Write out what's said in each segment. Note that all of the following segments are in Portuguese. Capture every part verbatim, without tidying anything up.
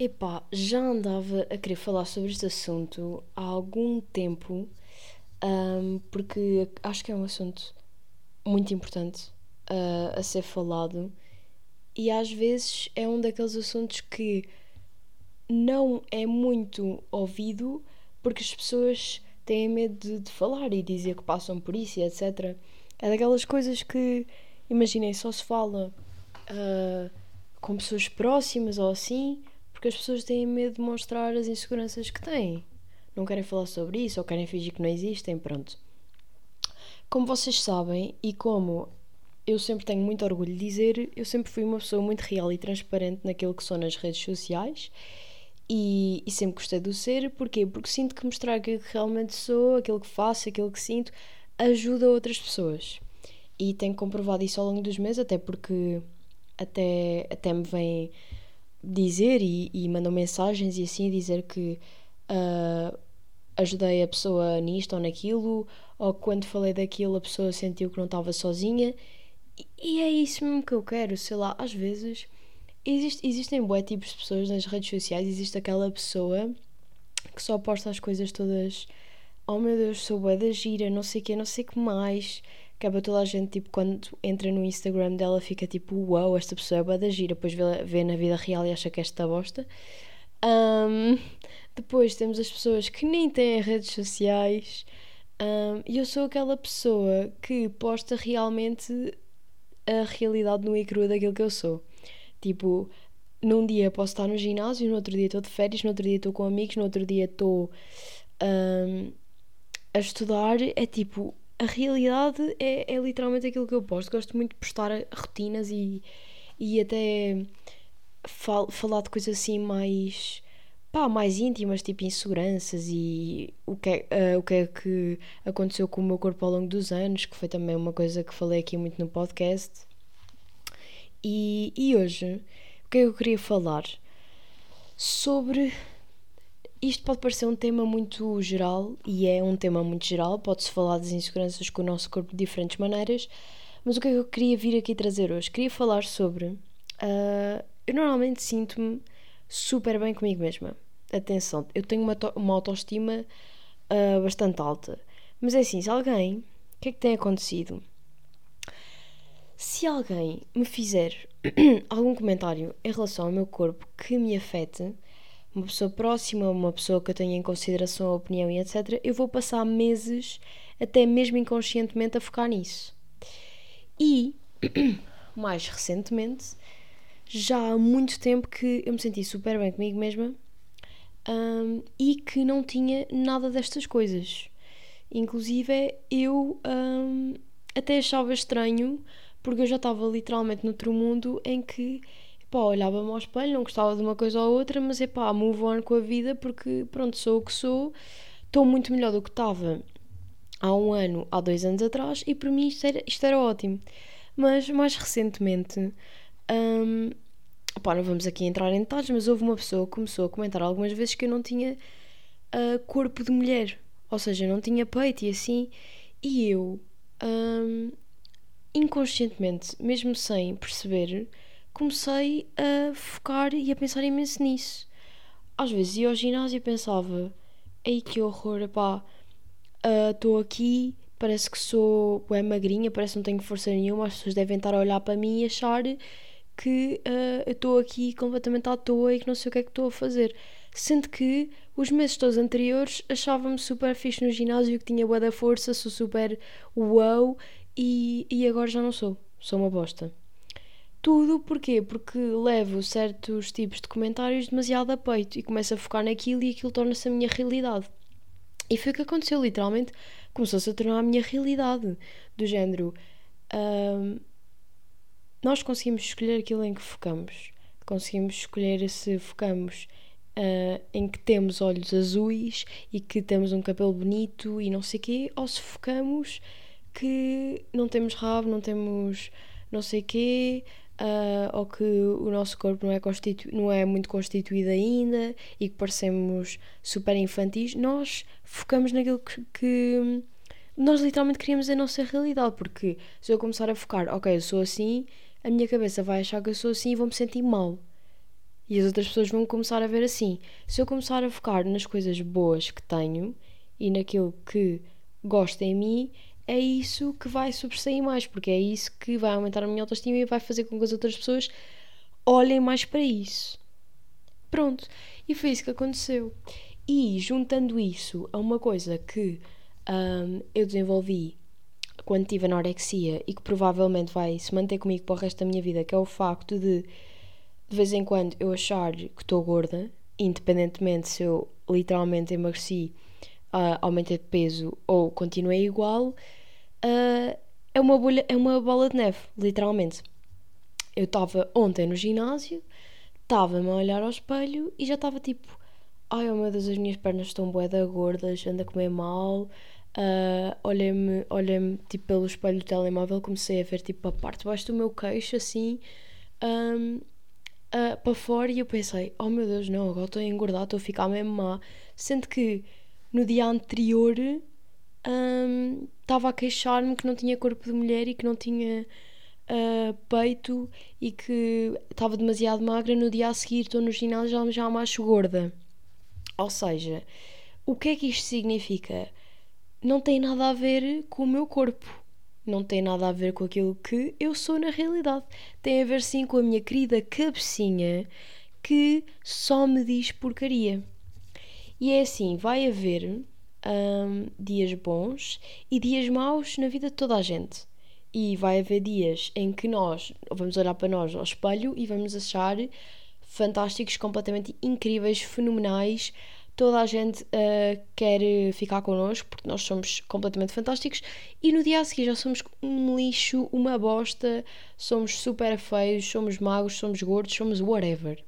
Epá, já andava a querer falar sobre este assunto há algum tempo, ahm, porque acho que é um assunto muito importante, ah, a ser falado e às vezes é um daqueles assuntos que não é muito ouvido porque as pessoas têm medo de, de falar e dizer que passam por isso e etcétera. É daquelas coisas que, imaginem, só se fala ah, com pessoas próximas ou assim, porque as pessoas têm medo de mostrar as inseguranças que têm. Não querem falar sobre isso ou querem fingir que não existem, pronto. Como vocês sabem, e como eu sempre tenho muito orgulho de dizer, eu sempre fui uma pessoa muito real e transparente naquilo que sou nas redes sociais e, e sempre gostei de ser. Porquê? Porque sinto que mostrar aquilo que realmente sou, aquilo que faço, aquilo que sinto, ajuda outras pessoas. E tenho comprovado isso ao longo dos meses, até porque até, até me vêm dizer e, e mandam mensagens e assim dizer que ah, ajudei a pessoa nisto ou naquilo, ou que quando falei daquilo a pessoa sentiu que não estava sozinha. E, e é isso mesmo que eu quero, sei lá, às vezes existe, existem bué tipos de pessoas nas redes sociais, existe aquela pessoa que só posta as coisas todas, oh meu Deus, sou bué da gira, não sei o que, não sei o que mais. Acaba toda a gente, tipo, quando entra no Instagram dela, fica tipo, uau, wow, esta pessoa é bué da gira. Depois vê, vê na vida real e acha que é esta bosta. Um, depois temos as pessoas que nem têm redes sociais. Um, e eu sou aquela pessoa que posta realmente a realidade nua e crua daquilo que eu sou. Tipo, num dia posso estar no ginásio, no outro dia estou de férias, no outro dia estou com amigos, no outro dia estou um, a estudar. É tipo, a realidade é, é literalmente aquilo que eu posto. Gosto muito de postar rotinas e, e até fal, falar de coisas assim mais, pá, mais íntimas, tipo inseguranças e o que, é, uh, o que é que aconteceu com o meu corpo ao longo dos anos, que foi também uma coisa que falei aqui muito no podcast. E, e hoje, o que é que eu queria falar? Sobre. Isto pode parecer um tema muito geral, e é um tema muito geral, pode-se falar das inseguranças com o nosso corpo de diferentes maneiras, mas o que é que eu queria vir aqui trazer hoje? Queria falar sobre. Uh, eu normalmente sinto-me super bem comigo mesma. Atenção, eu tenho uma, uma autoestima uh, bastante alta. Mas é assim, se alguém. O que é que tem acontecido? Se alguém me fizer algum comentário em relação ao meu corpo que me afete, uma pessoa próxima, uma pessoa que eu tenha em consideração a opinião e etcétera, eu vou passar meses, até mesmo inconscientemente, a focar nisso. E, mais recentemente, já há muito tempo que eu me senti super bem comigo mesma um, e que não tinha nada destas coisas. Inclusive, eu um, até achava estranho, porque eu já estava literalmente noutro mundo em que, pá, olhava-me ao espelho, não gostava de uma coisa ou outra, mas é pá, move on com a vida, porque pronto, sou o que sou, estou muito melhor do que estava há um ano, há dois anos atrás, e para mim isto era, isto era ótimo. Mas mais recentemente, hum, pá, não vamos aqui entrar em detalhes, mas houve uma pessoa que começou a comentar algumas vezes que eu não tinha uh, corpo de mulher, ou seja, não tinha peito e assim, e eu, hum, inconscientemente, mesmo sem perceber, comecei a focar e a pensar imenso nisso. Às vezes ia ao ginásio e pensava, ei que horror, pá, estou uh, aqui, parece que sou é magrinha, parece que não tenho força nenhuma, as pessoas devem estar a olhar para mim e achar que uh, eu estou aqui completamente à toa e que não sei o que é que estou a fazer. Sendo que os meses todos anteriores achava-me super fixe no ginásio, que tinha boa da força, sou super wow, e, e agora já não sou. Sou uma bosta. Tudo porquê? Porque levo certos tipos de comentários demasiado a peito e começo a focar naquilo e aquilo torna-se a minha realidade. E foi o que aconteceu, literalmente. Começou-se a tornar a minha realidade. Do género. hum, nós conseguimos escolher aquilo em que focamos. Conseguimos escolher se focamos uh, em que temos olhos azuis e que temos um cabelo bonito e não sei o quê, ou se focamos que não temos rabo, não temos não sei o quê, uh, ou que o nosso corpo não é, constitu- não é muito constituído ainda e que parecemos super infantis. Nós focamos naquilo que, que nós literalmente queríamos a nossa realidade, porque se eu começar a focar, ok, eu sou assim, a minha cabeça vai achar que eu sou assim e vou-me sentir mal. E as outras pessoas vão começar a ver assim. Se eu começar a focar nas coisas boas que tenho e naquilo que gosto em mim, é isso que vai sobressair mais, porque é isso que vai aumentar a minha autoestima e vai fazer com que as outras pessoas olhem mais para isso. Pronto. E foi isso que aconteceu. E juntando isso a uma coisa que hum, eu desenvolvi quando tive anorexia e que provavelmente vai se manter comigo para o resto da minha vida, que é o facto de de vez em quando eu achar que estou gorda, independentemente se eu literalmente emagreci, uh, aumentei de peso ou continuei igual, uh, é, uma bolha, é uma bola de neve, literalmente. Eu estava ontem no ginásio, estava-me a olhar ao espelho e já estava tipo, ai oh meu Deus, as minhas pernas estão bué da gordas, ando a comer mal. Uh, olhei-me, olhei-me tipo pelo espelho do telemóvel, comecei a ver tipo a parte de baixo do meu queixo assim, um, uh, para fora, e eu pensei, oh meu Deus, não, agora estou a engordar, estou a ficar mesmo má, sendo que no dia anterior estava um, a queixar-me que não tinha corpo de mulher e que não tinha uh, peito e que estava demasiado magra. No dia a seguir estou no ginásio e já, já me acho gorda. Ou seja, o que é que isto significa? Não tem nada a ver com o meu corpo. Não tem nada a ver com aquilo que eu sou na realidade. Tem a ver sim com a minha querida cabecinha que só me diz porcaria. E é assim, vai haver hum, dias bons e dias maus na vida de toda a gente. E vai haver dias em que nós vamos olhar para nós ao espelho e vamos achar fantásticos, completamente incríveis, fenomenais. Toda a gente uh, quer ficar connosco porque nós somos completamente fantásticos, e no dia a seguir já somos um lixo, uma bosta, somos super feios, somos magros, somos gordos, somos whatever.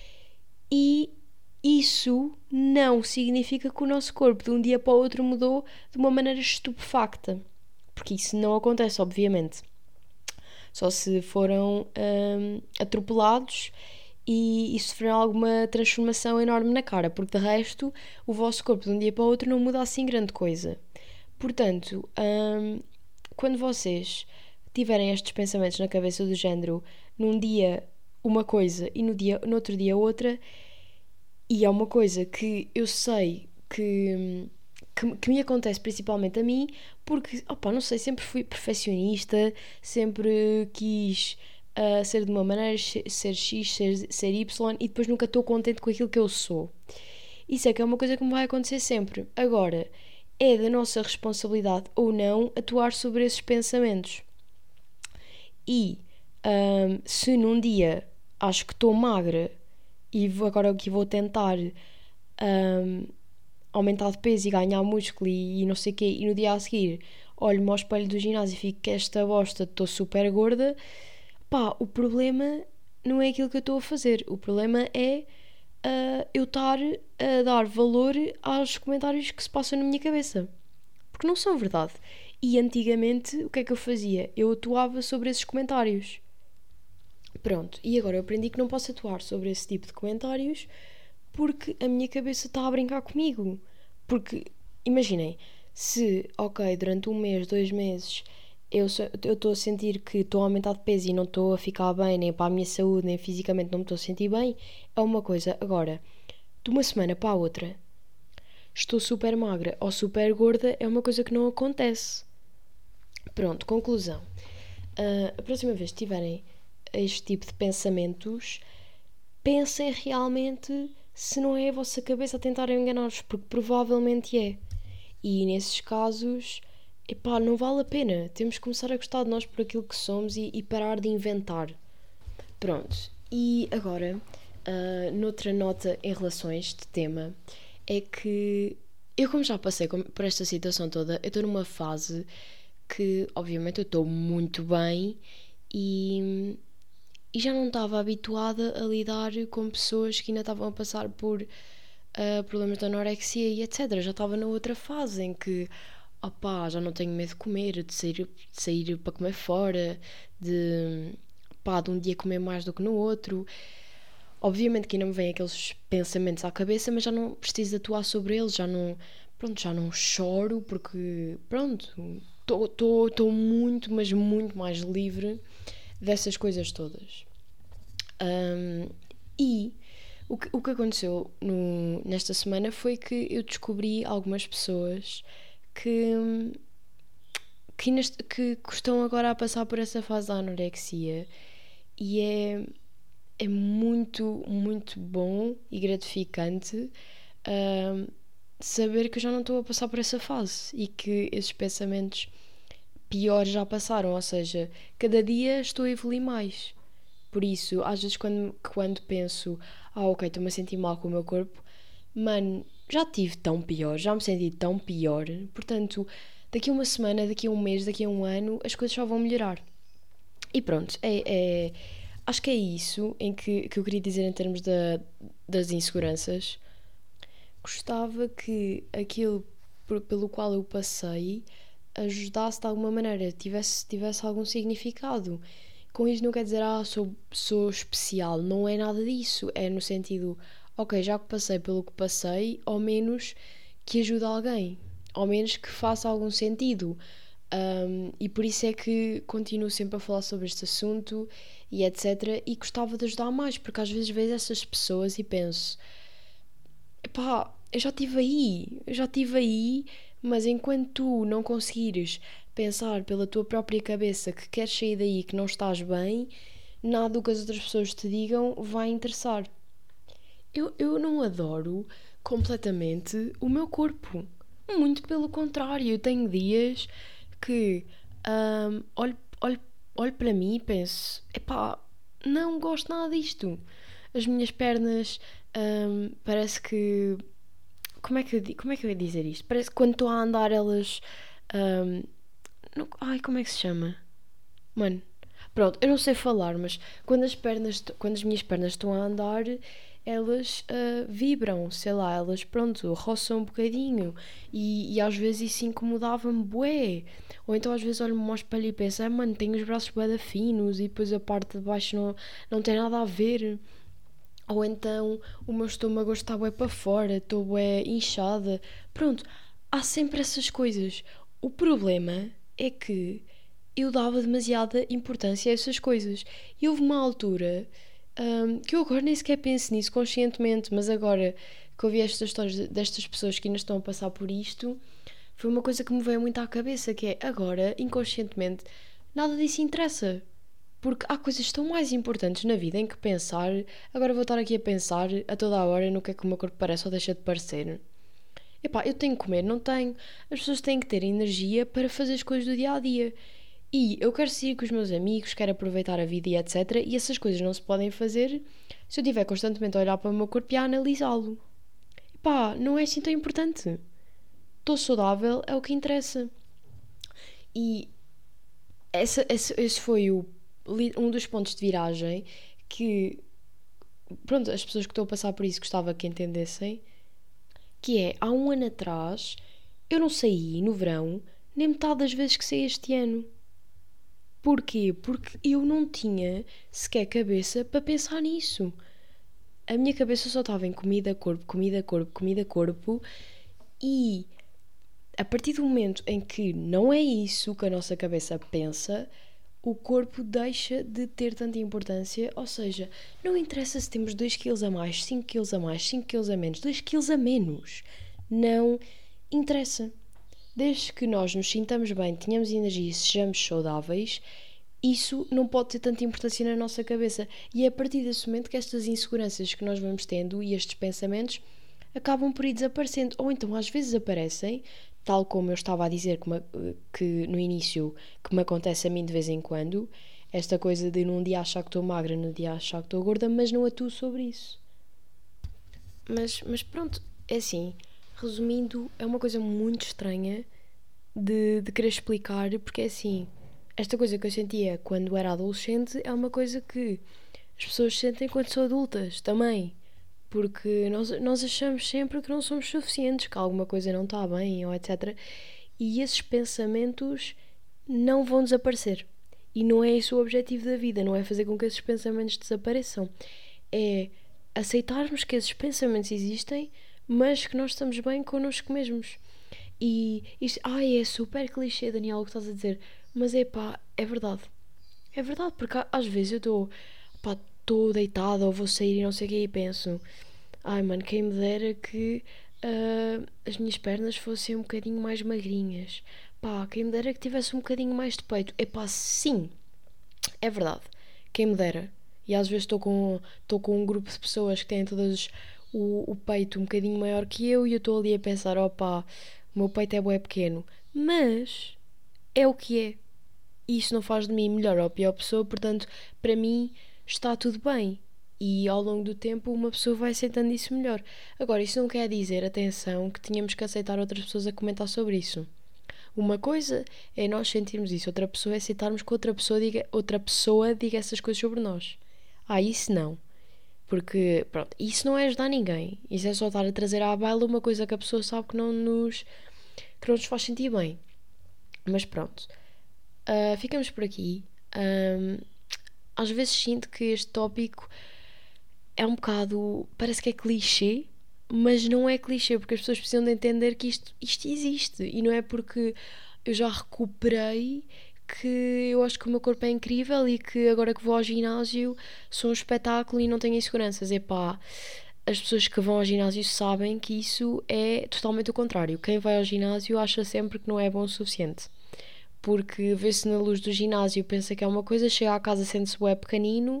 E isso não significa que o nosso corpo de um dia para o outro mudou de uma maneira estupefacta, porque isso não acontece, obviamente. Só se foram um, atropelados e, e sofreram alguma transformação enorme na cara, porque de resto o vosso corpo de um dia para o outro não muda assim grande coisa. Portanto, hum, quando vocês tiverem estes pensamentos na cabeça do género, num dia uma coisa e no, dia, no outro dia outra, e é uma coisa que eu sei que, que, que me acontece principalmente a mim, porque, opa, não sei, sempre fui perfeccionista, sempre quis uh, ser de uma maneira, ser X, ser, ser Y, e depois nunca estou contente com aquilo que eu sou. Isso é que é uma coisa que me vai acontecer sempre. Agora, é da nossa responsabilidade ou não atuar sobre esses pensamentos. E um, se num dia acho que estou magra e vou, agora aqui vou tentar um, aumentar de peso e ganhar músculo e, e não sei o quê, e no dia a seguir olho-me ao espelho do ginásio e fico que esta bosta, estou super gorda, pá, o problema não é aquilo que eu estou a fazer, o problema é uh, eu estar a dar valor aos comentários que se passam na minha cabeça, porque não são verdade. E antigamente o que é que eu fazia? Eu atuava sobre esses comentários. Pronto, e agora eu aprendi que não posso atuar sobre esse tipo de comentários porque a minha cabeça está a brincar comigo. Porque, imaginem, se, ok, durante um mês, dois meses, eu estou a sentir que estou a aumentar de peso e não estou a ficar bem, nem para a minha saúde, nem fisicamente não me estou a sentir bem, é uma coisa. Agora, de uma semana para a outra, estou super magra ou super gorda, é uma coisa que não acontece. Pronto, conclusão. Uh, a próxima vez que tiverem este tipo de pensamentos, pensem realmente se não é a vossa cabeça a tentar enganar-vos, porque provavelmente é. E nesses casos, epá, não vale a pena. Temos que começar a gostar de nós por aquilo que somos e, e parar de inventar. Pronto. E agora, uh, noutra nota em relação a este tema, é que eu, como já passei por esta situação toda, eu estou numa fase que, obviamente, eu estou muito bem e... E já não estava habituada a lidar com pessoas que ainda estavam a passar por uh, problemas de anorexia e etcétera. Já estava na outra fase em que, opá, já não tenho medo de comer, de sair, de sair para comer fora, de, pá, de um dia comer mais do que no outro. Obviamente que ainda me vêm aqueles pensamentos à cabeça, mas já não preciso atuar sobre eles, já não, pronto, já não choro, porque, pronto, estou muito, mas muito mais livre dessas coisas todas. Um, e O que, o que aconteceu no, nesta semana foi que eu descobri algumas pessoas que, que, neste, que estão agora a passar por essa fase da anorexia e é, é muito, muito bom e gratificante uh, saber que eu já não estou a passar por essa fase e que esses pensamentos piores já passaram, ou seja, cada dia estou a evoluir mais. Por isso, às vezes quando, quando penso, ah ok, estou-me a sentir mal com o meu corpo, mano, já tive tão pior, já me senti tão pior, portanto, daqui a uma semana, daqui a um mês, daqui a um ano, as coisas só vão melhorar. E pronto, é, é, acho que é isso em que, que eu queria dizer em termos da, das inseguranças. Gostava que aquilo por, pelo qual eu passei ajudasse de alguma maneira, tivesse, tivesse algum significado. Com isso não quer dizer, ah, sou, sou especial, não é nada disso. É no sentido, ok, já que passei pelo que passei, ao menos que ajude alguém, ao menos que faça algum sentido. Um, e por isso é que continuo sempre a falar sobre este assunto e etcétera. E gostava de ajudar mais, porque às vezes vejo essas pessoas e penso, epá, eu já estive aí, eu já estive aí, mas enquanto tu não conseguires pensar pela tua própria cabeça que queres sair daí, que não estás bem, nada do que as outras pessoas te digam vai interessar. Eu, eu não adoro completamente o meu corpo. Muito pelo contrário, eu tenho dias que hum, olho, olho, olho para mim e penso, epá, não gosto nada disto. As minhas pernas hum, parece que. Como é que, eu, como é que eu ia dizer isto? Parece que quando estou a andar elas. hum, não- ai, como é que se chama? Mano, pronto, eu não sei falar, mas quando as pernas, quando as minhas pernas estão a andar, elas ah, vibram, sei lá, elas, pronto, roçam um bocadinho e, e às vezes isso incomodava-me bué. Ou então às vezes olho-me ao espelho e penso, ah mano, tenho os braços bué da finos e depois a parte de baixo não, não tem nada a ver. Ou então o meu estômago está bué para fora, estou bué inchada. Pronto, há sempre essas coisas. O problema é que eu dava demasiada importância a essas coisas. E houve uma altura hum, que eu agora nem sequer penso nisso conscientemente, mas agora que ouvi estas histórias destas pessoas que ainda estão a passar por isto, foi uma coisa que me veio muito à cabeça, que é agora, inconscientemente, nada disso interessa. Porque há coisas tão mais importantes na vida em que pensar. Agora vou estar aqui a pensar a toda a hora no que é que o meu corpo parece ou deixa de parecer. Epá, eu tenho que comer, não tenho. As pessoas têm que ter energia para fazer as coisas do dia a dia. E eu quero sair com os meus amigos, quero aproveitar a vida e etcétera. E essas coisas não se podem fazer se eu estiver constantemente a olhar para o meu corpo e a analisá-lo. Epá, não é assim tão importante. Estou saudável, é o que interessa. E essa, esse, esse foi o, um dos pontos de viragem que, pronto, as pessoas que estão a passar por isso gostava que entendessem, que é, há um ano atrás, eu não saí no verão nem metade das vezes que saí este ano. Porquê? Porque eu não tinha sequer cabeça para pensar nisso. A minha cabeça só estava em comida, corpo, comida, corpo, comida, corpo e a partir do momento em que não é isso que a nossa cabeça pensa, o corpo deixa de ter tanta importância, ou seja, não interessa se temos dois quilos a mais, cinco quilos a mais, cinco quilos a menos, dois quilos a menos, não interessa. Desde que nós nos sintamos bem, tenhamos energia e sejamos saudáveis, isso não pode ter tanta importância na nossa cabeça. E é a partir desse momento que estas inseguranças que nós vamos tendo e estes pensamentos acabam por ir desaparecendo. Ou então às vezes aparecem, tal como eu estava a dizer que, me, que no início, que me acontece a mim de vez em quando, esta coisa de num dia achar que estou magra, no dia achar que estou gorda, mas não atuo sobre isso. Mas, mas pronto, é assim, resumindo, é uma coisa muito estranha de, de querer explicar, porque é assim, esta coisa que eu sentia quando era adolescente é uma coisa que as pessoas sentem quando são adultas também. Porque nós, nós achamos sempre que não somos suficientes, que alguma coisa não está bem, ou etcétera. E esses pensamentos não vão desaparecer. E não é esse o objetivo da vida, não é fazer com que esses pensamentos desapareçam. É aceitarmos que esses pensamentos existem, mas que nós estamos bem connosco mesmos. E isto, ai, é super clichê, Daniel, o que estás a dizer, mas é pá, é verdade. É verdade, porque às vezes eu estou, pá, estou deitada ou vou sair e não sei o quê e penso, ai mano, quem me dera que uh, as minhas pernas fossem um bocadinho mais magrinhas. Pá, quem me dera que tivesse um bocadinho mais de peito. Epá, sim, é verdade. Quem me dera. E às vezes estou com, estou com um grupo de pessoas que têm todas o, o peito um bocadinho maior que eu e eu estou ali a pensar, opá, o meu peito é bué pequeno. Mas é o que é. E isso não faz de mim melhor ou pior pessoa, portanto, para mim está tudo bem. E ao longo do tempo uma pessoa vai aceitando isso melhor. Agora, isso não quer dizer, atenção, que tínhamos que aceitar outras pessoas a comentar sobre isso. Uma coisa é nós sentirmos isso, outra pessoa é aceitarmos que outra pessoa diga, outra pessoa diga essas coisas sobre nós. Ah, isso não. Porque, pronto, isso não é ajudar ninguém. Isso é só estar a trazer à baila uma coisa que a pessoa sabe que não nos, que não nos faz sentir bem. Mas pronto. Uh, ficamos por aqui. Um, às vezes sinto que este tópico é um bocado. Parece que é clichê, mas não é clichê, porque as pessoas precisam de entender que isto, isto existe. E não é porque eu já recuperei que eu acho que o meu corpo é incrível e que agora que vou ao ginásio sou um espetáculo e não tenho inseguranças. Epá, as pessoas que vão ao ginásio sabem que isso é totalmente o contrário. Quem vai ao ginásio acha sempre que não é bom o suficiente. Porque vê-se na luz do ginásio, pensa que é uma coisa, chega à casa, sente-se bué pequenino,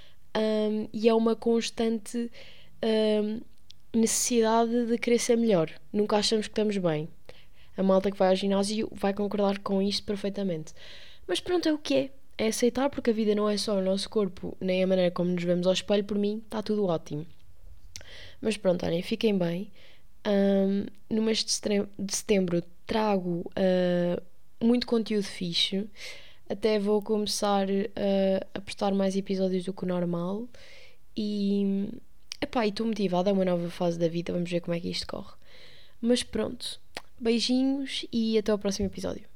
um, e é uma constante um, necessidade de querer ser melhor. Nunca achamos que estamos bem. A malta que vai ao ginásio vai concordar com isto perfeitamente. Mas pronto, é o que é. É aceitar, porque a vida não é só o nosso corpo, nem a maneira como nos vemos ao espelho. Por mim, está tudo ótimo. Mas pronto, olhem, fiquem bem. Um, no mês de setembro trago uh, muito conteúdo fixe. Até vou começar uh, a postar mais episódios do que o normal. E epá, estou motivada, é uma nova fase da vida. Vamos ver como é que isto corre. Mas pronto, beijinhos e até ao próximo episódio.